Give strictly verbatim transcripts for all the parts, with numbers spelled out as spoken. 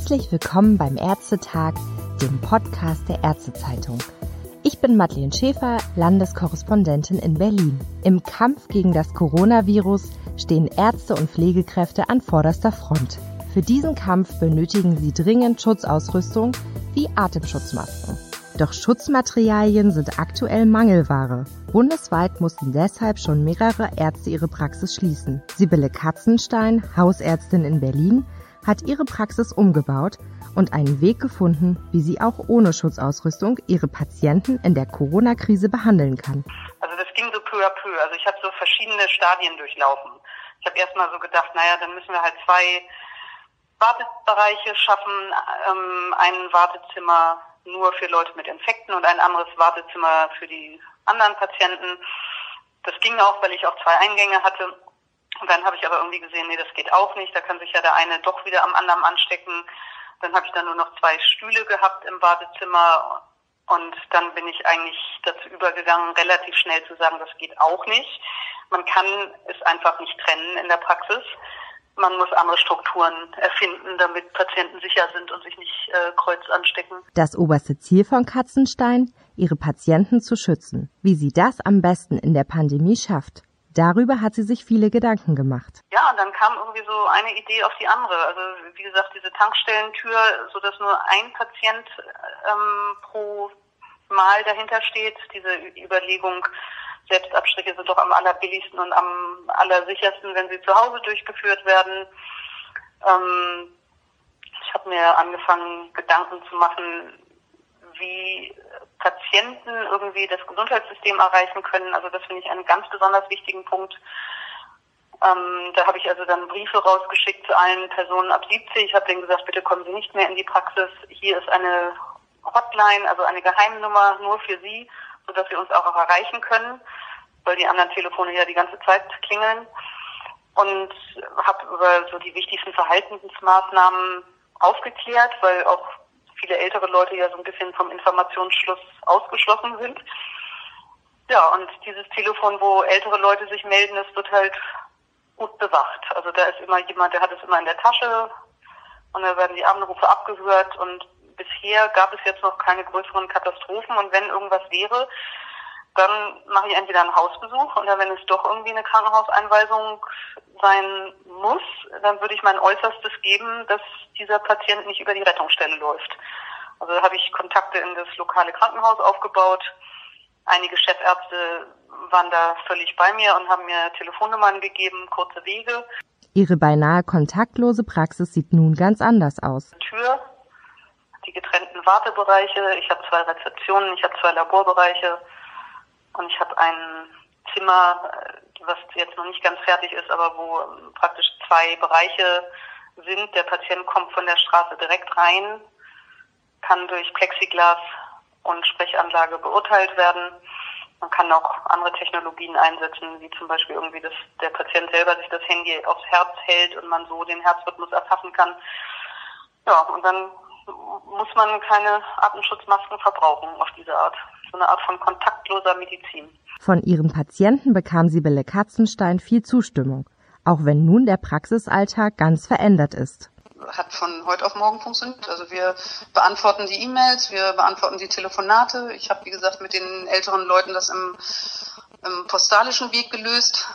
Herzlich willkommen beim Ärztetag, dem Podcast der Ärztezeitung. Ich bin Madeleine Schäfer, Landeskorrespondentin in Berlin. Im Kampf gegen das Coronavirus stehen Ärzte und Pflegekräfte an vorderster Front. Für diesen Kampf benötigen sie dringend Schutzausrüstung wie Atemschutzmasken. Doch Schutzmaterialien sind aktuell Mangelware. Bundesweit mussten deshalb schon mehrere Ärzte ihre Praxis schließen. Sibylle Katzenstein, Hausärztin in Berlin, hat ihre Praxis umgebaut und einen Weg gefunden, wie sie auch ohne Schutzausrüstung ihre Patienten in der Corona-Krise behandeln kann. Also das ging so peu à peu. Also ich habe so verschiedene Stadien durchlaufen. Ich habe erstmal so gedacht, naja, dann müssen wir halt zwei Wartebereiche schaffen, ähm, ein Wartezimmer nur für Leute mit Infekten und ein anderes Wartezimmer für die anderen Patienten. Das ging auch, weil ich auch zwei Eingänge hatte. Und dann habe ich aber irgendwie gesehen, nee, das geht auch nicht. Da kann sich ja der eine doch wieder am anderen anstecken. Dann habe ich dann nur noch zwei Stühle gehabt im Wartezimmer. Und dann bin ich eigentlich dazu übergegangen, relativ schnell zu sagen, das geht auch nicht. Man kann es einfach nicht trennen in der Praxis. Man muss andere Strukturen erfinden, damit Patienten sicher sind und sich nicht äh, kreuz anstecken. Das oberste Ziel von Katzenstein, ihre Patienten zu schützen. Wie sie das am besten in der Pandemie schafft, darüber hat sie sich viele Gedanken gemacht. Ja, und dann kam irgendwie so eine Idee auf die andere. Also wie gesagt, diese Tankstellentür, so dass nur ein Patient ähm, pro Mal dahinter steht. Diese Überlegung, Selbstabstriche sind doch am allerbilligsten und am allersichersten, wenn sie zu Hause durchgeführt werden. Ähm, ich habe mir angefangen, Gedanken zu machen, wie Patienten irgendwie das Gesundheitssystem erreichen können. Also das finde ich einen ganz besonders wichtigen Punkt. Ähm, da habe ich also dann Briefe rausgeschickt zu allen Personen ab siebzig. Ich habe denen gesagt, bitte kommen Sie nicht mehr in die Praxis. Hier ist eine Hotline, also eine Geheimnummer nur für Sie, sodass Sie uns auch erreichen können, weil die anderen Telefone ja die ganze Zeit klingeln. Und habe über so die wichtigsten Verhaltensmaßnahmen aufgeklärt, weil auch viele ältere Leute ja so ein bisschen vom Informationsschluss ausgeschlossen sind. Ja, und dieses Telefon, wo ältere Leute sich melden, das wird halt gut bewacht. Also da ist immer jemand, der hat es immer in der Tasche und da werden die Anrufe abgehört und bisher gab es jetzt noch keine größeren Katastrophen und wenn irgendwas wäre, dann mache ich entweder einen Hausbesuch oder wenn es doch irgendwie eine Krankenhauseinweisung sein muss, dann würde ich mein Äußerstes geben, dass dieser Patient nicht über die Rettungsstelle läuft. Also habe ich Kontakte in das lokale Krankenhaus aufgebaut. Einige Chefärzte waren da völlig bei mir und haben mir Telefonnummern gegeben, kurze Wege. Ihre beinahe kontaktlose Praxis sieht nun ganz anders aus. Tür, die getrennten Wartebereiche, ich habe zwei Rezeptionen, ich habe zwei Laborbereiche und ich habe ein Zimmer, was jetzt noch nicht ganz fertig ist, aber wo praktisch zwei Bereiche sind. Der Patient kommt von der Straße direkt rein, kann durch Plexiglas und Sprechanlage beurteilt werden. Man kann auch andere Technologien einsetzen, wie zum Beispiel irgendwie, dass der Patient selber sich das Handy aufs Herz hält und man so den Herzrhythmus erfassen kann. Ja, und dann muss man keine Atemschutzmasken verbrauchen auf diese Art. So eine Art von kontaktloser Medizin. Von ihren Patienten bekam Sibylle Katzenstein viel Zustimmung, auch wenn nun der Praxisalltag ganz verändert ist. Hat von heute auf morgen funktioniert. Also wir beantworten die E-Mails, wir beantworten die Telefonate. Ich habe, wie gesagt, mit den älteren Leuten das im, im postalischen Weg gelöst.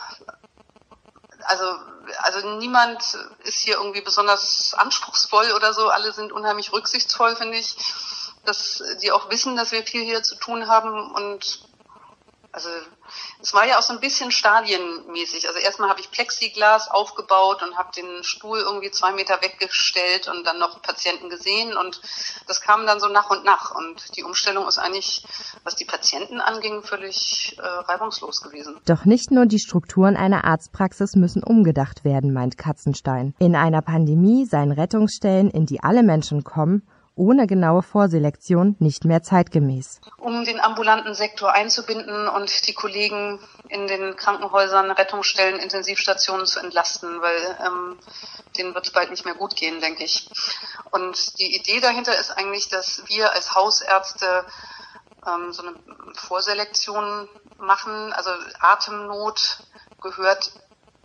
Also, also niemand ist hier irgendwie besonders anspruchsvoll oder so. Alle sind unheimlich rücksichtsvoll, finde ich, dass die auch wissen, dass wir viel hier zu tun haben. Und also es war ja auch so ein bisschen stadienmäßig. Also erstmal habe ich Plexiglas aufgebaut und habe den Stuhl irgendwie zwei Meter weggestellt und dann noch Patienten gesehen. Und das kam dann so nach und nach. Und die Umstellung ist eigentlich, was die Patienten anging, völlig äh, reibungslos gewesen. Doch nicht nur die Strukturen einer Arztpraxis müssen umgedacht werden, meint Katzenstein. In einer Pandemie seien Rettungsstellen, in die alle Menschen kommen, ohne genaue Vorselektion nicht mehr zeitgemäß. Um den ambulanten Sektor einzubinden und die Kollegen in den Krankenhäusern, Rettungsstellen, Intensivstationen zu entlasten, weil ähm, denen wird es bald nicht mehr gut gehen, denke ich. Und die Idee dahinter ist eigentlich, dass wir als Hausärzte ähm, so eine Vorselektion machen. Also Atemnot gehört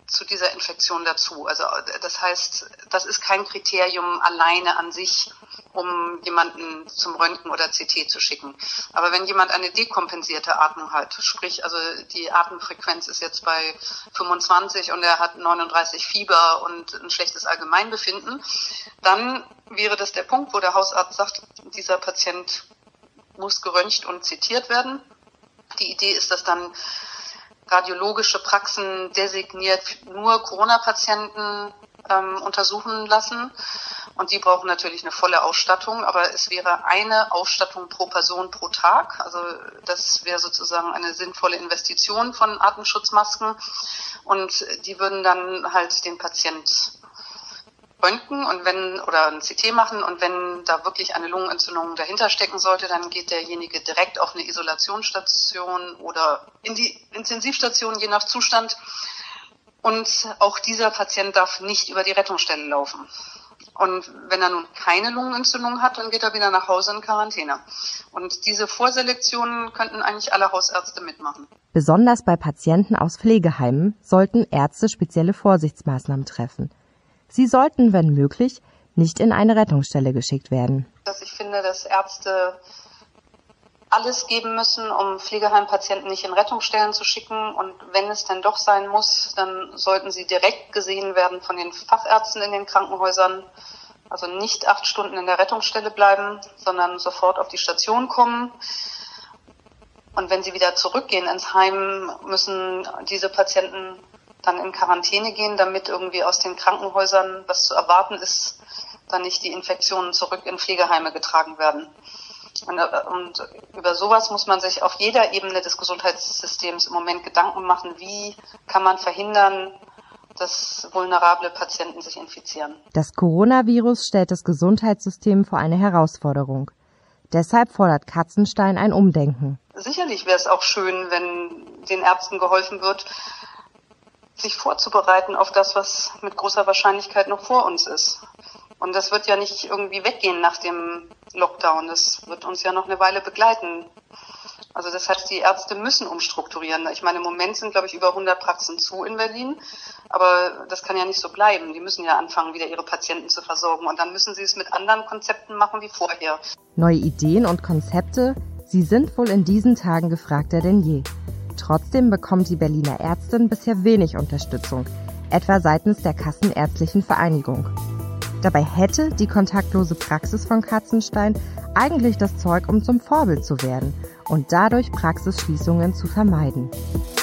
zu dieser Infektion dazu. Also das heißt, das ist kein Kriterium alleine an sich, um jemanden zum Röntgen oder C T zu schicken. Aber wenn jemand eine dekompensierte Atmung hat, sprich also die Atemfrequenz ist jetzt bei fünfundzwanzig und er hat neununddreißig Fieber und ein schlechtes Allgemeinbefinden, dann wäre das der Punkt, wo der Hausarzt sagt, dieser Patient muss geröntgt und zitiert werden. Die Idee ist, dass dann radiologische Praxen designiert nur Corona-Patienten ähm, untersuchen lassen. Und die brauchen natürlich eine volle Ausstattung, aber es wäre eine Ausstattung pro Person pro Tag. Also das wäre sozusagen eine sinnvolle Investition von Atemschutzmasken. Und die würden dann halt den Patient röntgen und wenn oder ein C T machen und wenn da wirklich eine Lungenentzündung dahinter stecken sollte, dann geht derjenige direkt auf eine Isolationsstation oder in die Intensivstation, je nach Zustand. Und auch dieser Patient darf nicht über die Rettungsstelle laufen. Und wenn er nun keine Lungenentzündung hat, dann geht er wieder nach Hause in Quarantäne. Und diese Vorselektionen könnten eigentlich alle Hausärzte mitmachen. Besonders bei Patienten aus Pflegeheimen sollten Ärzte spezielle Vorsichtsmaßnahmen treffen. Sie sollten, wenn möglich, nicht in eine Rettungsstelle geschickt werden. Dass ich finde, dass Ärzte alles geben müssen, um Pflegeheimpatienten nicht in Rettungsstellen zu schicken. Und wenn es dann doch sein muss, dann sollten sie direkt gesehen werden von den Fachärzten in den Krankenhäusern. Also nicht acht Stunden in der Rettungsstelle bleiben, sondern sofort auf die Station kommen. Und wenn sie wieder zurückgehen ins Heim, müssen diese Patienten dann in Quarantäne gehen, damit irgendwie aus den Krankenhäusern, was zu erwarten ist, dann nicht die Infektionen zurück in Pflegeheime getragen werden. Und, und über sowas muss man sich auf jeder Ebene des Gesundheitssystems im Moment Gedanken machen, wie kann man verhindern, dass vulnerable Patienten sich infizieren. Das Coronavirus stellt das Gesundheitssystem vor eine Herausforderung. Deshalb fordert Katzenstein ein Umdenken. Sicherlich wäre es auch schön, wenn den Ärzten geholfen wird, sich vorzubereiten auf das, was mit großer Wahrscheinlichkeit noch vor uns ist. Und das wird ja nicht irgendwie weggehen nach dem Lockdown. Das wird uns ja noch eine Weile begleiten. Also das heißt, die Ärzte müssen umstrukturieren. Ich meine, im Moment sind, glaube ich, über hundert Praxen zu in Berlin. Aber das kann ja nicht so bleiben. Die müssen ja anfangen, wieder ihre Patienten zu versorgen. Und dann müssen sie es mit anderen Konzepten machen wie vorher. Neue Ideen und Konzepte, sie sind wohl in diesen Tagen gefragter denn je. Trotzdem bekommt die Berliner Ärztin bisher wenig Unterstützung, etwa seitens der Kassenärztlichen Vereinigung. Dabei hätte die kontaktlose Praxis von Katzenstein eigentlich das Zeug, um zum Vorbild zu werden und dadurch Praxisschließungen zu vermeiden.